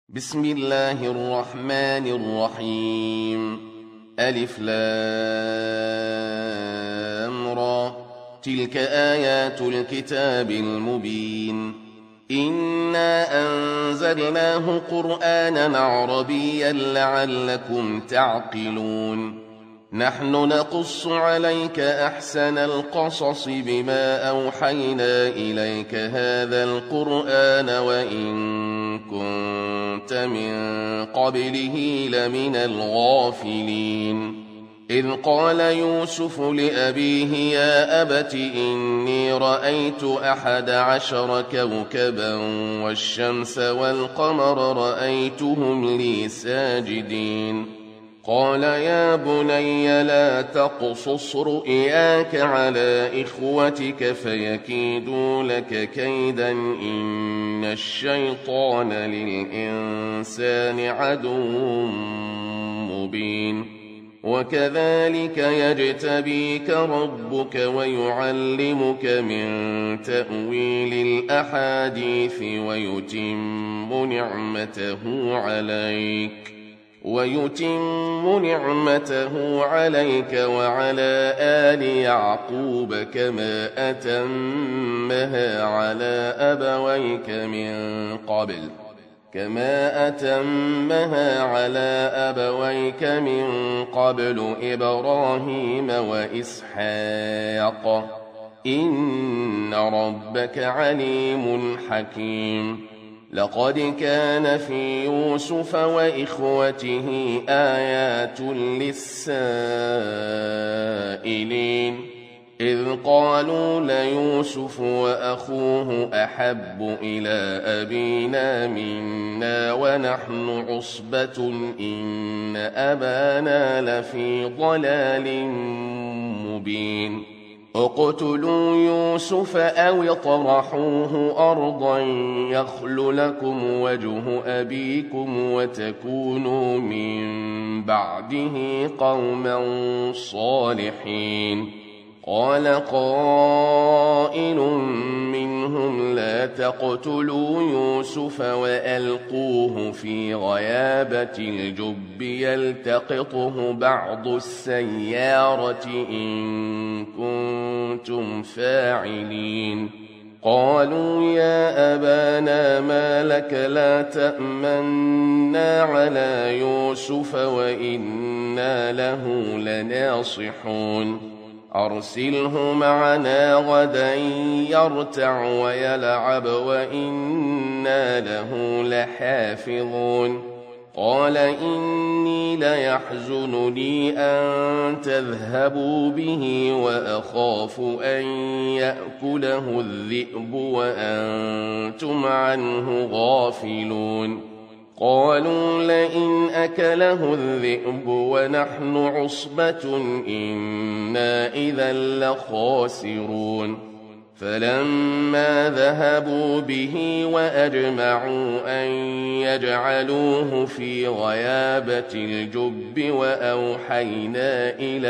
بسم الله الرحمن الرحيم. ألف لام را. تلك آيات الكتاب المبين. إنا أنزلناه قرآنا عربيا لعلكم تعقلون. نحن نقص عليك أحسن القصص بما أوحينا إليك هذا القرآن وإن كنت من قبله لمن الغافلين. إذ قال يوسف لأبيه يا أبت إني رأيت 11 كوكبا والشمس والقمر رأيتهم لي ساجدين. قال يا بني لا تقصص رؤياك على إخوتك فيكيدوا لك كيدا إن الشيطان للإنسان عدو مبين. وكذلك يجتبيك ربك ويعلمك من تأويل الأحاديث ويتم نعمته عليك وعلى آل يعقوب كما أتمها على أبويك من قبل إبراهيم وإسحاق إن ربك عليم حكيم. لقد كان في يوسف وإخوته آيات للسائلين إذ قالوا ليوسف وأخوه أحب إلى أبينا منا ونحن عصبة إن أبانا لفي ضلال مبين. اقتلوا يوسف أو اطرحوه أرضا يخل لكم وجه أبيكم وتكونوا من بعده قوما صالحين. قال قائل منهم لا تقتلوا يوسف وألقوه في غيابة الجب يلتقطه بعض السيارة إن كنتم فاعلين. قالوا يا أبانا ما لك لا تأمنا على يوسف وإنا له لناصحون. أرسله معنا غدا يرتع ويلعب وإنا له لحافظون. قال إني ليحزنني أن تذهبوا به وأخاف أن يأكله الذئب وأنتم عنه غافلون. قالوا لئن أكله الذئب ونحن عصبة إنا إذا لخاسرون. فلما ذهبوا به وأجمعوا أن يجعلوه في غيابة الجب وأوحينا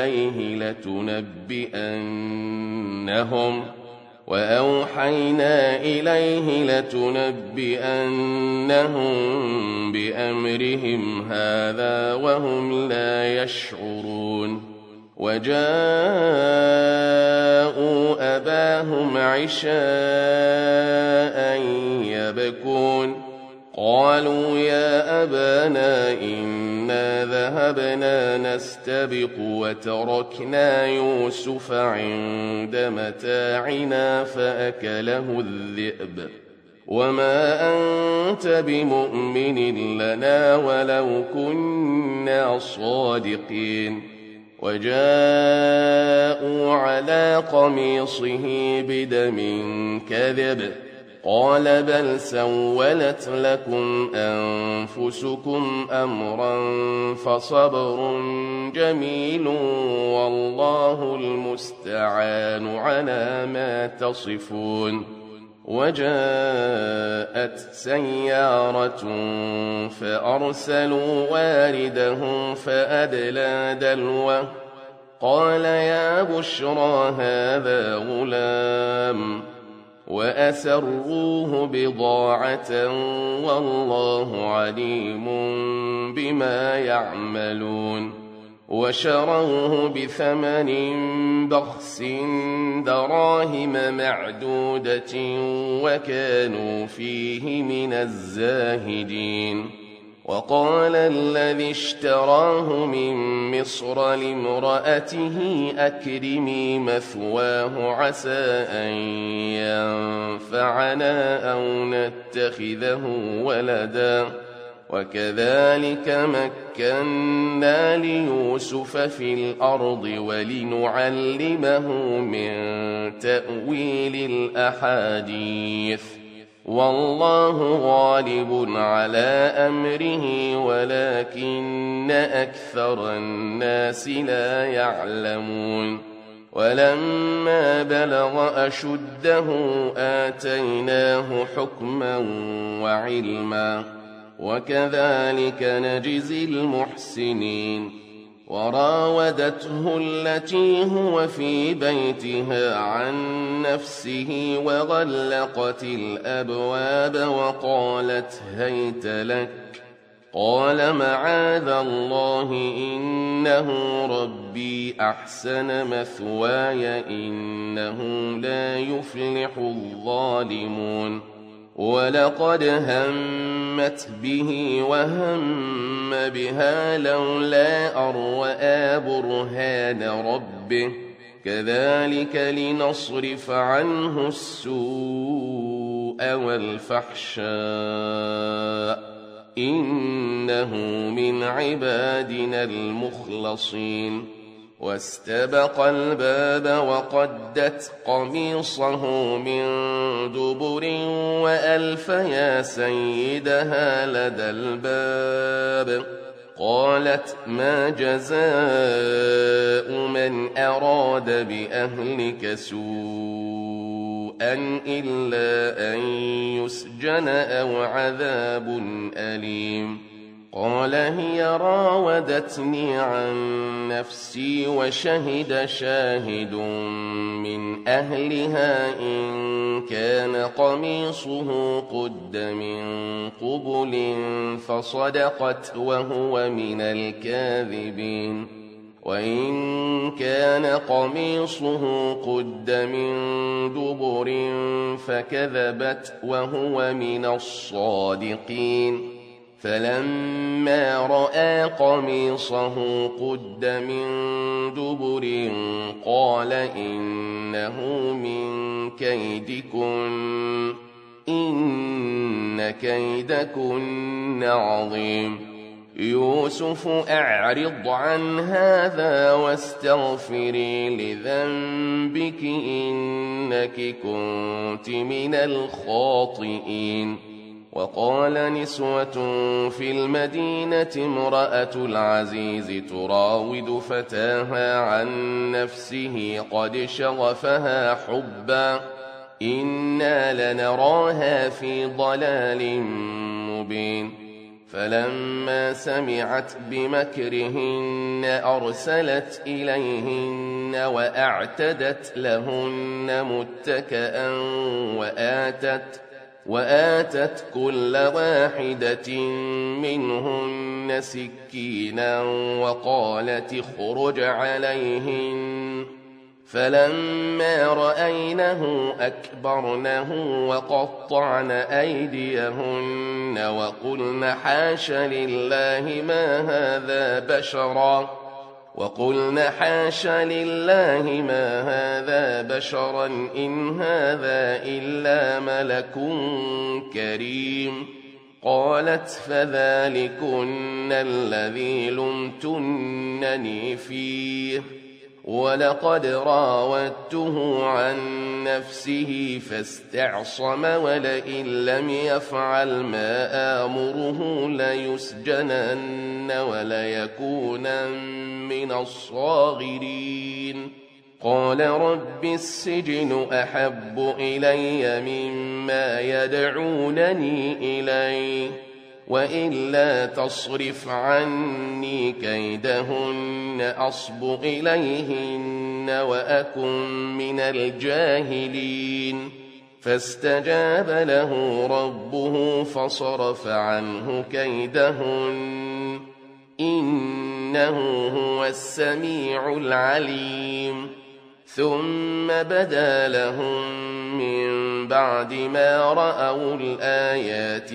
إليه لتنبئنهم بأمرهم هذا وهم لا يشعرون. وجاءوا أباهم عشاء يبكون. قالوا يا أبانا إنا ذهبنا نستبق وتركنا يوسف عند متاعنا فأكله الذئب وما أنت بمؤمن لنا ولو كنا صادقين. وجاءوا على قميصه بدم كذب قال بل سولت لكم أنفسكم أمرا فصبر جميل والله المستعان على ما تصفون. وجاءت سيارة فأرسلوا واردهم فأدلى دلوه قال يا بشرى هذا غلام وأسروه بضاعة والله عليم بما يعملون وشروه بثمن بخس دراهم معدودة وكانوا فيه من الزاهدين وقال الذي اشتراه من مصر لامرأته أكرمي مثواه عسى أن ينفعنا أو نتخذه ولدا وكذلك مكنا ليوسف في الأرض ولنعلمه من تأويل الأحاديث والله غالب على أمره ولكن أكثر الناس لا يعلمون ولما بلغ أشده آتيناه حكما وعلما وكذلك نجزي المحسنين وراودته التي هو في بيتها عن نفسه وغلقت الأبواب وقالت هيت لك قال معاذ الله إنه ربي أحسن مثواي إنه لا يفلح الظالمون ولقد همت به وهم بها لولا أن رأى برهان ربه كذلك لنصرف عنه السوء والفحشاء إنه من عبادنا المخلصين واستبق الباب وقدت قميصه من دبر وألف يا سيدها لدى الباب قالت ما جزاء من أراد بأهلك سوءا إلا أن يسجن أو عذاب أليم قال هي راودتني عن نفسي وشهد شاهد من أهلها إن كان قميصه قد من قبل فصدقت وهو من الكاذبين وإن كان قميصه قد من دبر فكذبت وهو من الصادقين فلما رأى قميصه قد من دبر قال إنه من كيدكن إن كيدكن عظيم يوسف أعرض عن هذا واستغفري لذنبك إنك كنت من الخاطئين وقال نسوة في المدينة امرأة العزيز تراود فتاها عن نفسه قد شغفها حبا إنا لنراها في ضلال مبين فلما سمعت بمكرهن أرسلت إليهن وأعتدت لهن متكئا وآتت كل واحدة منهن سكينا وقالت اخرج عليهن فلما رأينه أكبرنه وقطعن أيديهن وقلن حاش لله ما هذا بشرا إن هذا إلا ملك كريم قالت فذلكن الذي لمتنني فيه ولقد راودته عن نفسه فاستعصم ولئن لم يفعل ما آمره ليسجنن وليكونن من الصاغرين قال رب السجن أحب إلي مما يدعونني إليه وإلا تصرف عني كيدهن أصب إليهن وأكن من الجاهلين فاستجاب له ربه فصرف عنه كيدهن إنه هو السميع العليم ثم بدا لهم من بعد ما رأوا الآيات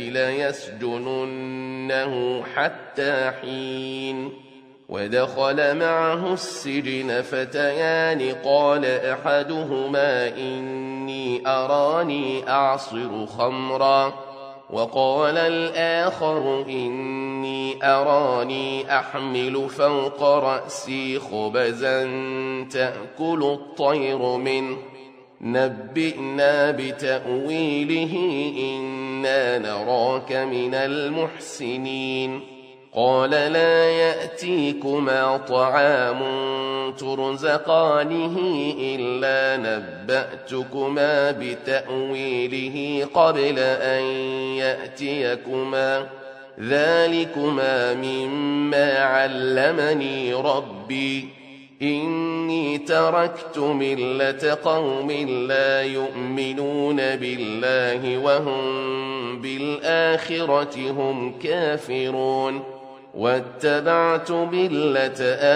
ليسجننه حتى حين ودخل معه السجن فتيان قال أحدهما إني أراني أعصر خمرا وقال الآخر إني أراني أحمل فوق رأسي خبزا تأكل الطير منه نبئنا بتأويله إنا نراك من المحسنين قال لا يأتيكما طعام ترزقانه إلا نبأتكما بتأويله قبل أن يأتيكما ذلكما مما علمني ربي إني تركت ملة قوم لا يؤمنون بالله وهم بالآخرة هم كافرون واتبعت ملة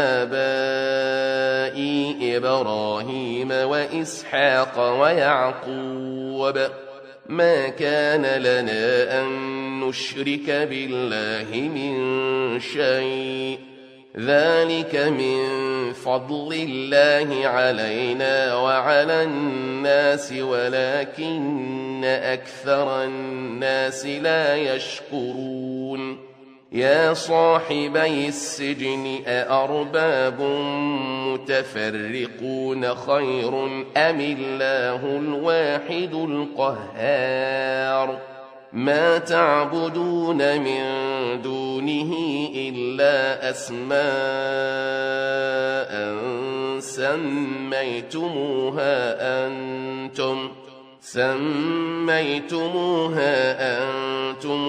آبائي إبراهيم وإسحاق ويعقوب ما كان لنا أن نشرك بالله من شيء ذلك من فضل الله علينا وعلى الناس ولكن أكثر الناس لا يشكرون يا صاحبي السجن أأرباب متفرقون خير أم الله الواحد القهار ما تعبدون من دونه إلا أسماء سميتموها أنتم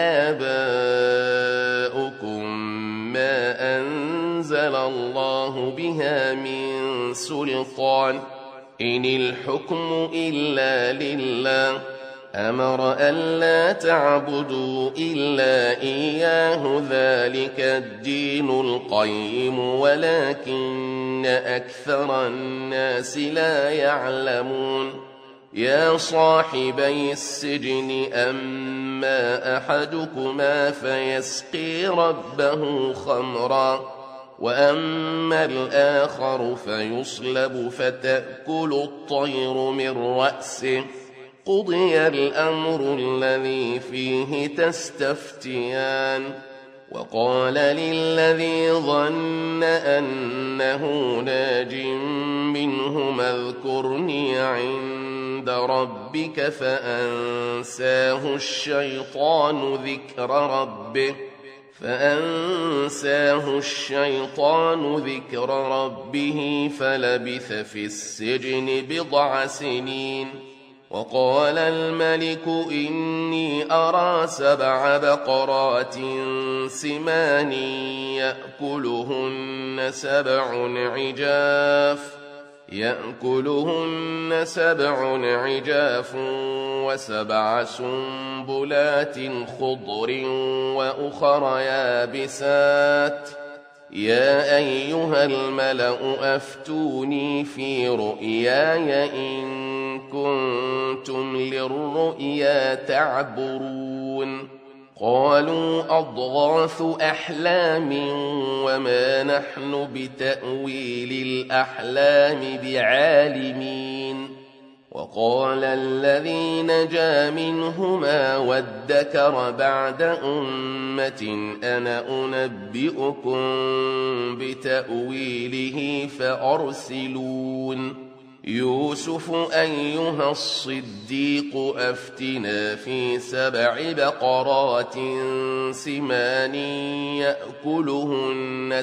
وآباؤكم ما أنزل الله بها من سلطان إن الحكم إلا لله أمر ألا تعبدوا إلا إياه ذلك الدين القيم ولكن أكثر الناس لا يعلمون يا صاحبي السجن أما أحدكما فيسقي ربه خمرا وأما الآخر فيصلب فتأكل الطير من رأسه قضي الأمر الذي فيه تستفتيان وقال للذي ظن أنه ناج منهما اذكرني عند ربك فأنساه الشيطان ذكر ربه فلبث في السجن بضع سنين وقال الملك إني أرى 7 بقرات سمان يأكلهن 7 عجاف و7 سنبلات خضر وأخر يابسات يا أيها الملأ أفتوني في رؤياي إن كنتم للرؤيا تعبرون قالوا أضغاث أحلام وما نحن بتأويل الأحلام بعالمين وقال الذي نجا منهما وادكر بعد أمة أنا أنبئكم بتأويله فأرسلون يوسف أيها الصديق أفتنا في 7 بقرات سمان يأكلهن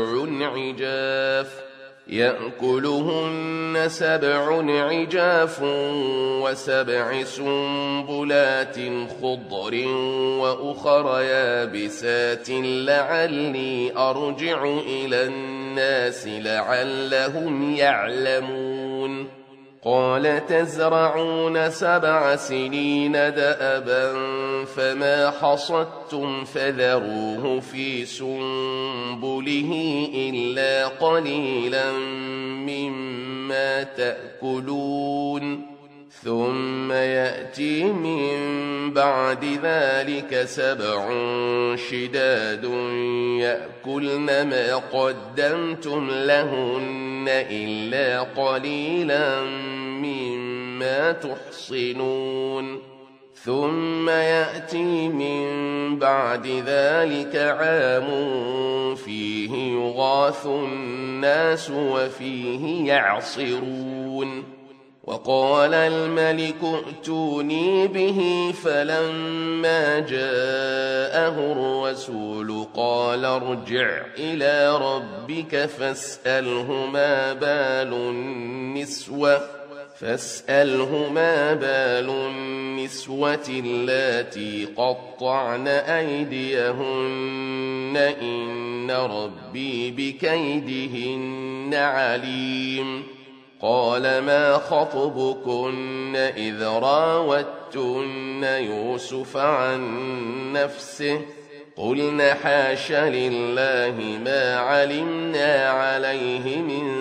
7 عجاف و7 سنبلات خضر وأخر يابسات لعلي أرجع إلى الناس لعلهم يعلمون قال تزرعون 7 سنين دأبا فما حصدتم فذروه في سنبله إلا قليلا مما تأكلون ثم يأتي من بعد ذلك 7 شداد يأكلن ما قدمتم لهن إلا قليلا مما تحصنون ثم يأتي من بعد ذلك عام فيه يغاث الناس وفيه يعصرون وقال الملك ائتوني به فلما جاءه الرسول قال ارجع إلى ربك فاسأله ما بال النسوة اللاتي قطعن أيديهن إن ربي بكيدهن عليم قال ما خطبكن إذ راوتن يوسف عن نفسه قلن حاش لله ما علمنا عليه من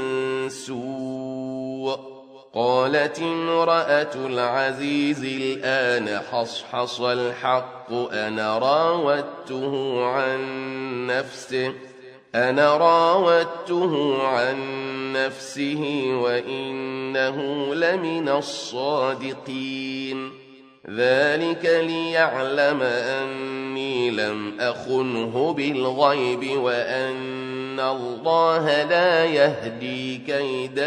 سوء قالت امرأة العزيز الآن حصحص الحق أنا راودته عن نفسه وإنه لمن الصادقين ذلك ليعلم أني لم أخنه بالغيب وأن الله لا يهدي كيد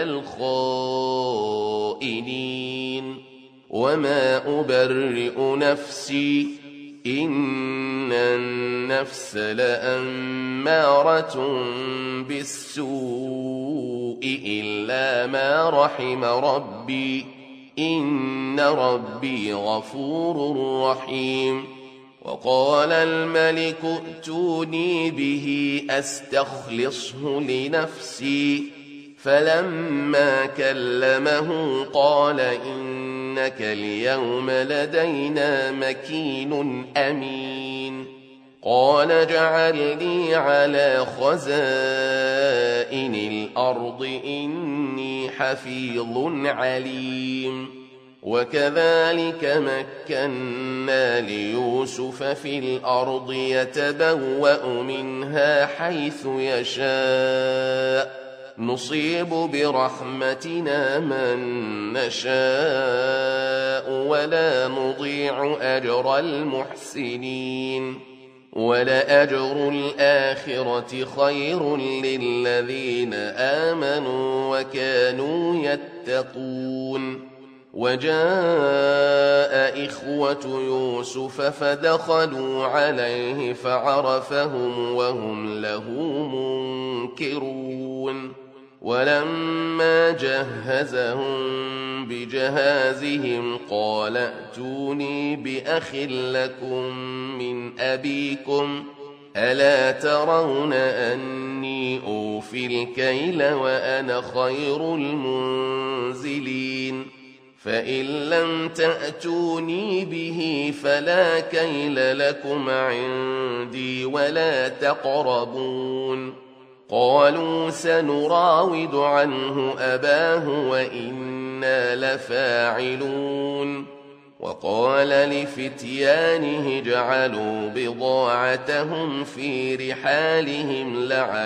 الخائنين وما أبرئ نفسي إن النفس لأمارة بالسوء إلا ما رحم ربي إن ربي غفور رحيم وقال الملك ائتوني به أستخلصه لنفسي فلما كلمه قال إنك اليوم لدينا مكين أمين قال اجعلني على خزائن الأرض إني حفيظ عليم وكذلك مكنا ليوسف في الأرض يتبوأ منها حيث يشاء نصيب برحمتنا من نشاء ولا نضيع أجر المحسنين ولأجر الآخرة خير للذين آمنوا وكانوا يتقون وجاء إخوة يوسف فدخلوا عليه فعرفهم وهم له منكرون ولما جهزهم بجهازهم قال ائتوني بأخ لكم من أبيكم ألا ترون أني أوفي الكيل وأنا خير المنزلين فإن لم تأتوني به فلا كيل لكم عندي ولا تقربون قالوا سنراود عنه أباه وإنا لفاعلون وقال لفتيانه اجعلوا بضاعتهم في رحالهم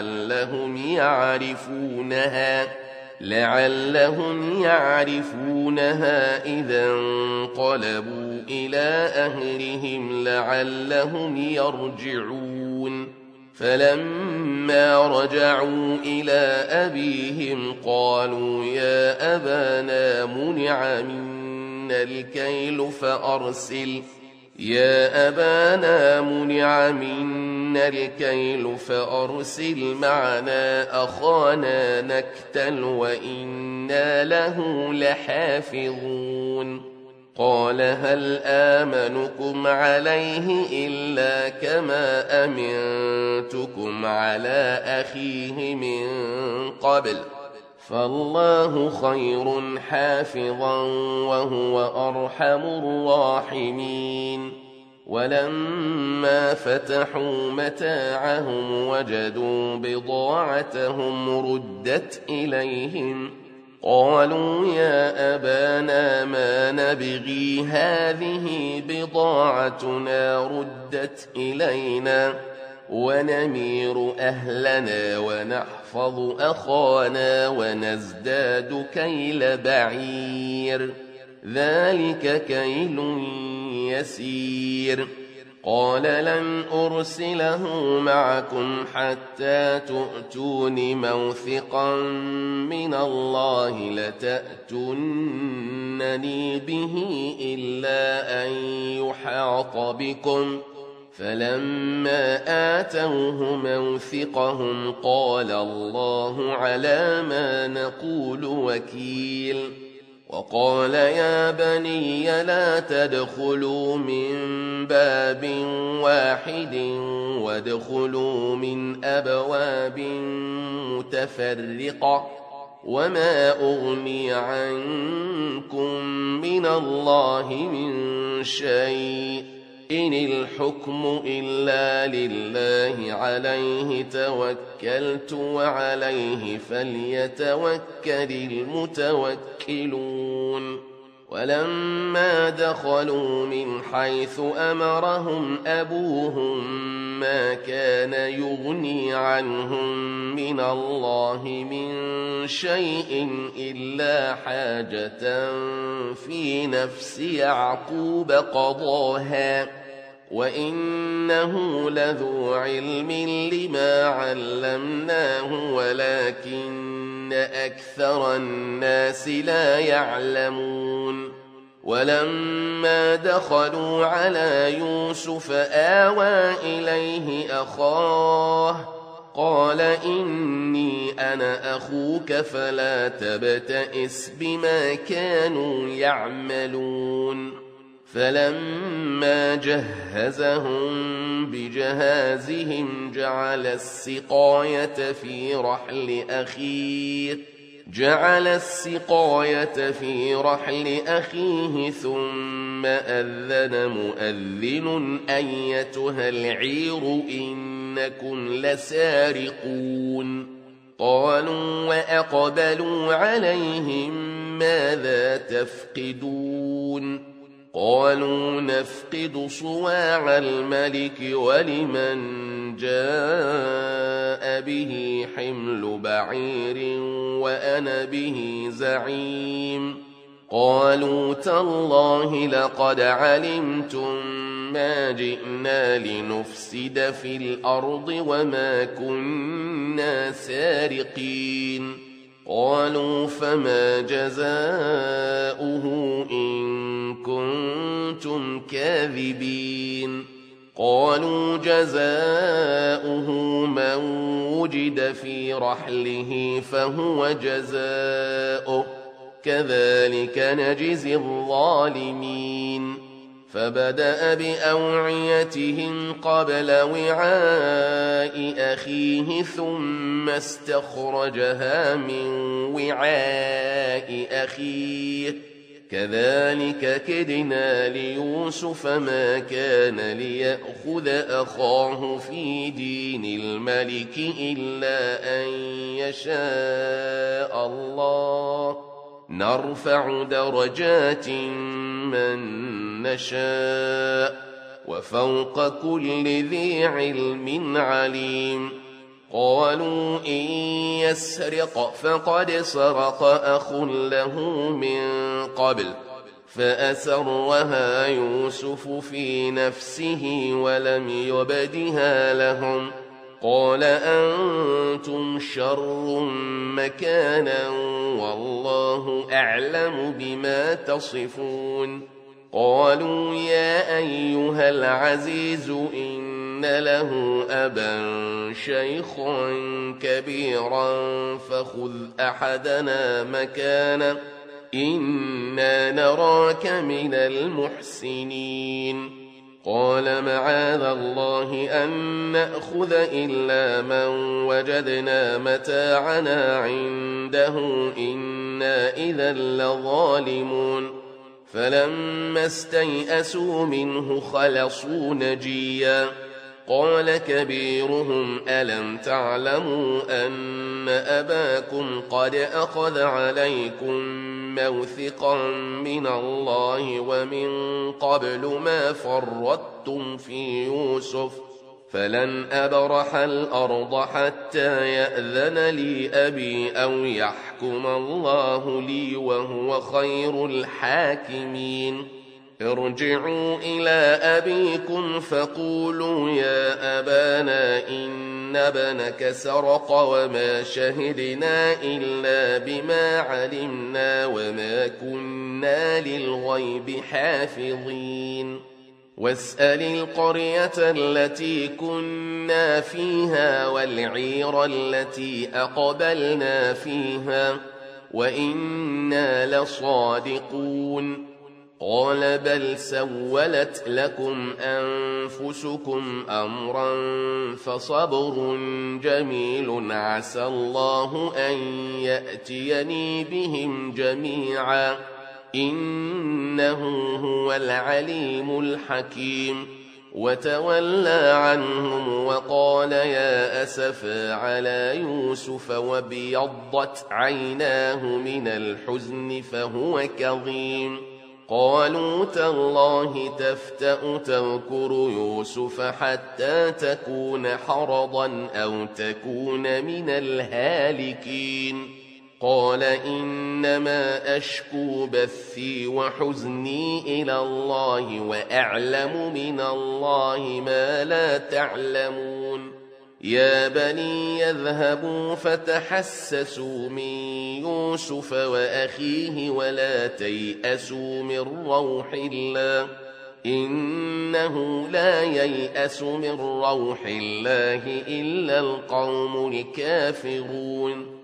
لعلهم يعرفونها إذا انقلبوا إلى أهلهم لعلهم يرجعون فلما رجعوا إلى أبيهم قالوا يا أبانا منع منا الكيل فأرسل معنا أخانا نكتل وإنا له لحافظون قال هل آمنكم عليه إلا كما أمنتكم على أخيه من قبل فالله خير حافظا وهو أرحم الراحمين ولما فتحوا متاعهم وجدوا بضاعتهم ردت إليهم قالوا يا أبانا ما نبغي هذه بضاعتنا ردت إلينا ونمير أهلنا ونحفظ أخانا ونزداد كيل بعير ذلك كيل يسير قال لن أرسله معكم حتى تؤتون موثقا من الله لتأتونني به إلا أن يحاط بكم فلما آتوه موثقهم قال الله على ما نقول وكيل وقال يا بني لا تدخلوا من باب واحد وادخلوا من أبواب متفرقة وما أغني عنكم من الله من شيء إن الحكم إلا لله عليه توكلت وعليه فليتوكل المتوكلون ولما دخلوا من حيث أمرهم أبوهم ما كان يغني عنهم من الله من شيء إلا حاجة في نفس يعقوب قضاها وإنه لذو علم لما علمناه ولكن أكثر الناس لا يعلمون ولما دخلوا على يوسف آوى إليه أخاه قال إني أنا أخوك فلا تبتئس بما كانوا يعملون فلما جهزهم بجهازهم جعل السقاية في رحل أخيه ثم أذن مؤذن أيتها العير إنكم لسارقون قالوا وأقبلوا عليهم ماذا تفقدون قالوا نفقد صواع الملك ولمن جاء به حمل بعير وأنا به زعيم قالوا تالله لقد علمتم ما جئنا لنفسد في الأرض وما كنا سارقين قالوا فما جزاؤه إن كنتم كاذبين قالوا جزاؤه من وجد في رحله فهو جزاؤه كذلك نجزي الظالمين فبدأ بأوعيتهم قبل وعاء أخيه ثم استخرجها من وعاء أخيه كذلك كدنا ليوسف ما كان ليأخذ أخاه في دين الملك إلا أن يشاء الله نرفع درجات من نشاء وفوق كل ذي علم عليم قالوا إن يسرق فقد سرق أخ له من قبل فأسرها يوسف في نفسه ولم يبدها لهم قال أنتم شر مكانا والله أعلم بما تصفون قالوا يا أيها العزيز إن له أبا شيخا كبيرا فخذ أحدنا مكانه إنا نراك من المحسنين قال معاذ الله أن نأخذ إلا من وجدنا متاعنا عنده إنا إذا لظالمون فلما استيئسوا منه خلصوا نجيا قال كبيرهم ألم تعلموا أن أباكم قد أخذ عليكم موثقا من الله ومن قبل ما فرطتم في يوسف فلن أبرح الأرض حتى يأذن لي أبي أو يحكم الله لي وهو خير الحاكمين ارجعوا إلى أبيكم فقولوا يا أبانا إن ابنك سرق وما شهدنا إلا بما علمنا وما كنا للغيب حافظين واسأل القرية التي كنا فيها والعير التي أقبلنا فيها وإنا لصادقون قال بل سولت لكم أنفسكم أمرا فصبر جميل عسى الله أن يأتيني بهم جميعا إنه هو العليم الحكيم وتولى عنهم وقال يا أسفا على يوسف وابيضت عيناه من الحزن فهو كظيم قالوا تالله تفتأ تذكر يوسف حتى تكون حرضا أو تكون من الهالكين قال إنما أشكو بثي وحزني إلى الله وأعلم من الله ما لا تعلمون يا بني يذهبوا فتحسسوا من يوسف وأخيه ولا تيأسوا من روح الله إنه لا ييأس من روح الله إلا القوم الكافرون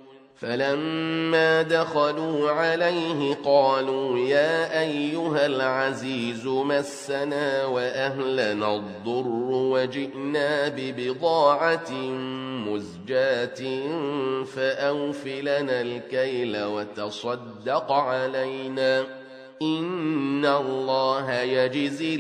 فلما دخلوا عليه قالوا يا أيها العزيز مسنا وأهلنا الضر وجئنا ببضاعة مزجاة فأوف لنا الكيل وتصدق علينا إن الله يجزي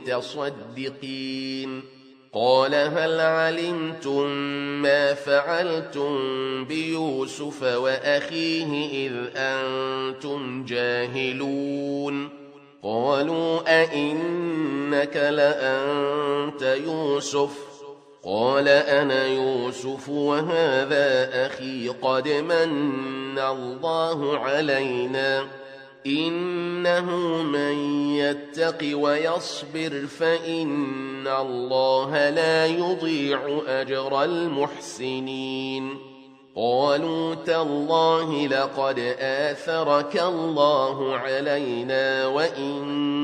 المتصدقين قال هل علمتم ما فعلتم بيوسف وأخيه إذ أنتم جاهلون قالوا أئنك لأنت يوسف قال أنا يوسف وهذا أخي قد من الله علينا إنه من يتق ويصبر فإن الله لا يضيع أجر المحسنين قالوا تالله لقد آثرك الله علينا وإن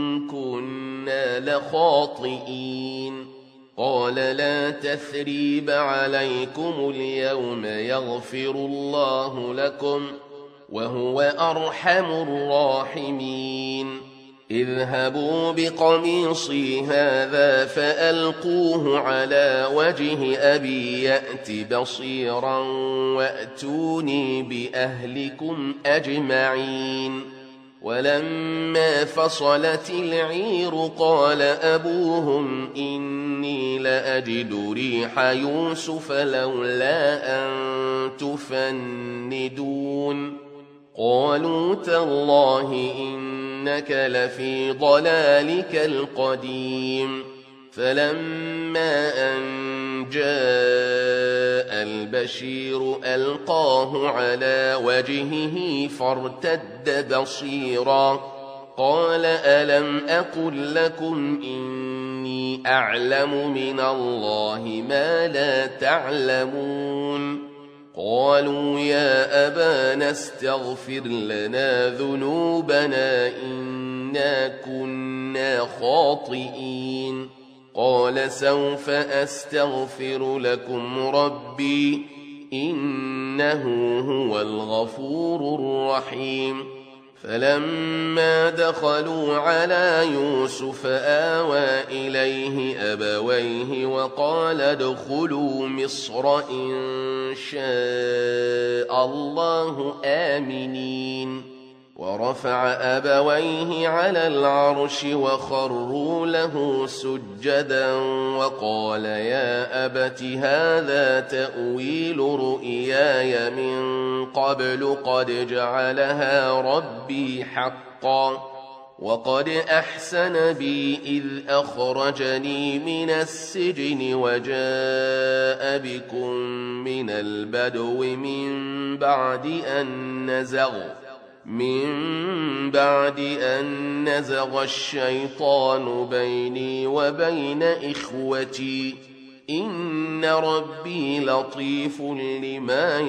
كنا لخاطئين قال لا تثريب عليكم اليوم يغفر الله لكم وهو أرحم الراحمين اذهبوا بقميصي هذا فألقوه على وجه أبي يأت بصيرا وأتوني بأهلكم أجمعين ولما فصلت العير قال أبوهم إني لأجد ريح يوسف لولا أن تفندون قالوا تالله إنك لفي ضلالك القديم فلما أن جاء البشير ألقاه على وجهه فارتد بصيرا قال ألم أقل لكم إني أعلم من الله ما لا تعلمون قالوا يا أبانا استغفر لنا ذنوبنا إنا كنا خاطئين قال سوف أستغفر لكم ربي إنه هو الغفور الرحيم فلما دخلوا على يوسف آوى إليه أبويه وقال ادخلوا مصر إن شاء الله آمنين ورفع أبويه على العرش وخروا له سجدا وقال يا أبت هذا تأويل رؤياي من قبل قد جعلها ربي حقا وقد أحسن بي إذ أخرجني من السجن وجاء بكم من البدو من بعد أن نزغ الشيطان بيني وبين إخوتي إن ربي لطيف لما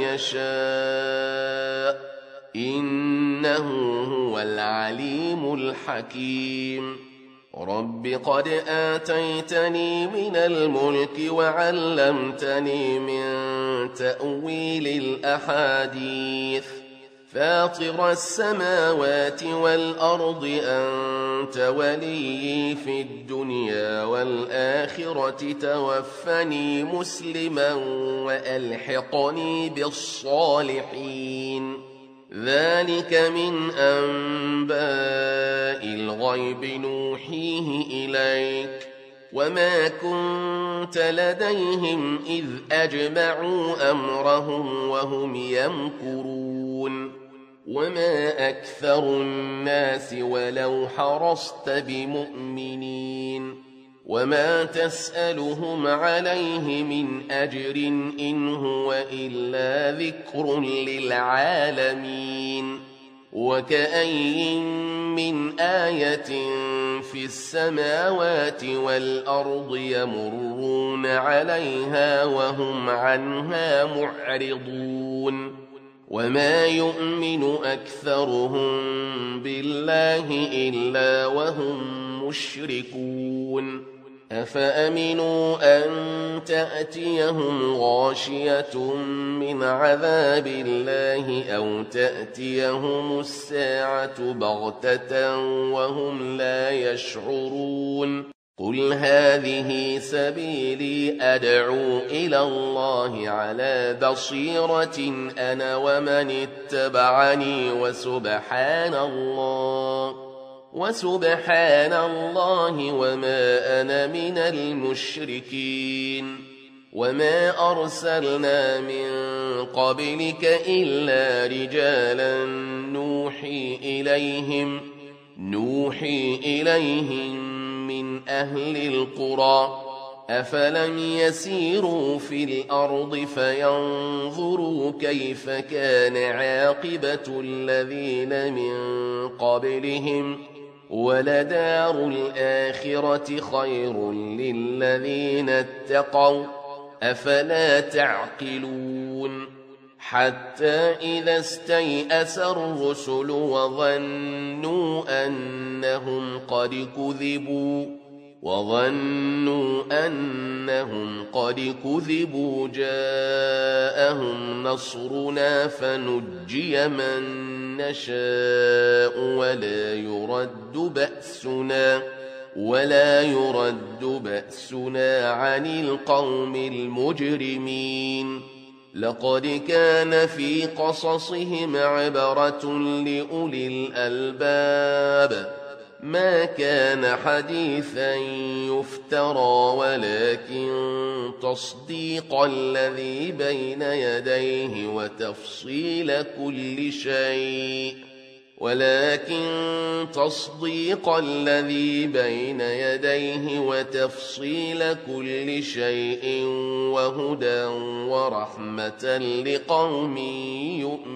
يشاء إنه هو العليم الحكيم رب قد آتيتني من الملك وعلمتني من تأويل الأحاديث فاطر السماوات والأرض أنت ولي في الدنيا والآخرة توفني مسلما وألحقني بالصالحين ذلك من أنباء الغيب نوحيه إليك وما كنت لديهم إذ أجمعوا أمرهم وهم يمكرون وما أكثر الناس ولو حرصت بمؤمنين وما تسألهم عليه من أجر إن هو إلا ذكر للعالمين وكأي من آية في السماوات والأرض يمرون عليها وهم عنها معرضون وما يؤمن أكثرهم بالله إلا وهم مشركون أفأمنوا أن تأتيهم غاشية من عذاب الله أو تأتيهم الساعة بغتة وهم لا يشعرون قل هذه سبيلي أدعو إلى الله على بصيرة أنا ومن اتبعني وسبحان الله وما أنا من المشركين وما أرسلنا من قبلك إلا رجالا نوحي إليهم من أهل القرى أفلم يسيروا في الأرض فينظروا كيف كان عاقبة الذين من قبلهم ولدار الآخرة خير للذين اتقوا أفلا تعقلون حتى إذا استيأس الرسل وظنوا أنهم قد كذبوا جاءهم نصرنا فنجي من نشاء ولا يرد بأسنا عن القوم المجرمين لقد كان في قصصهم عبرة لأولي الألباب ما كان حديثا يفترى ولكن تصديق الذي بين يديه وتفصيل كل شيء وهدى ورحمة لقوم يؤمنون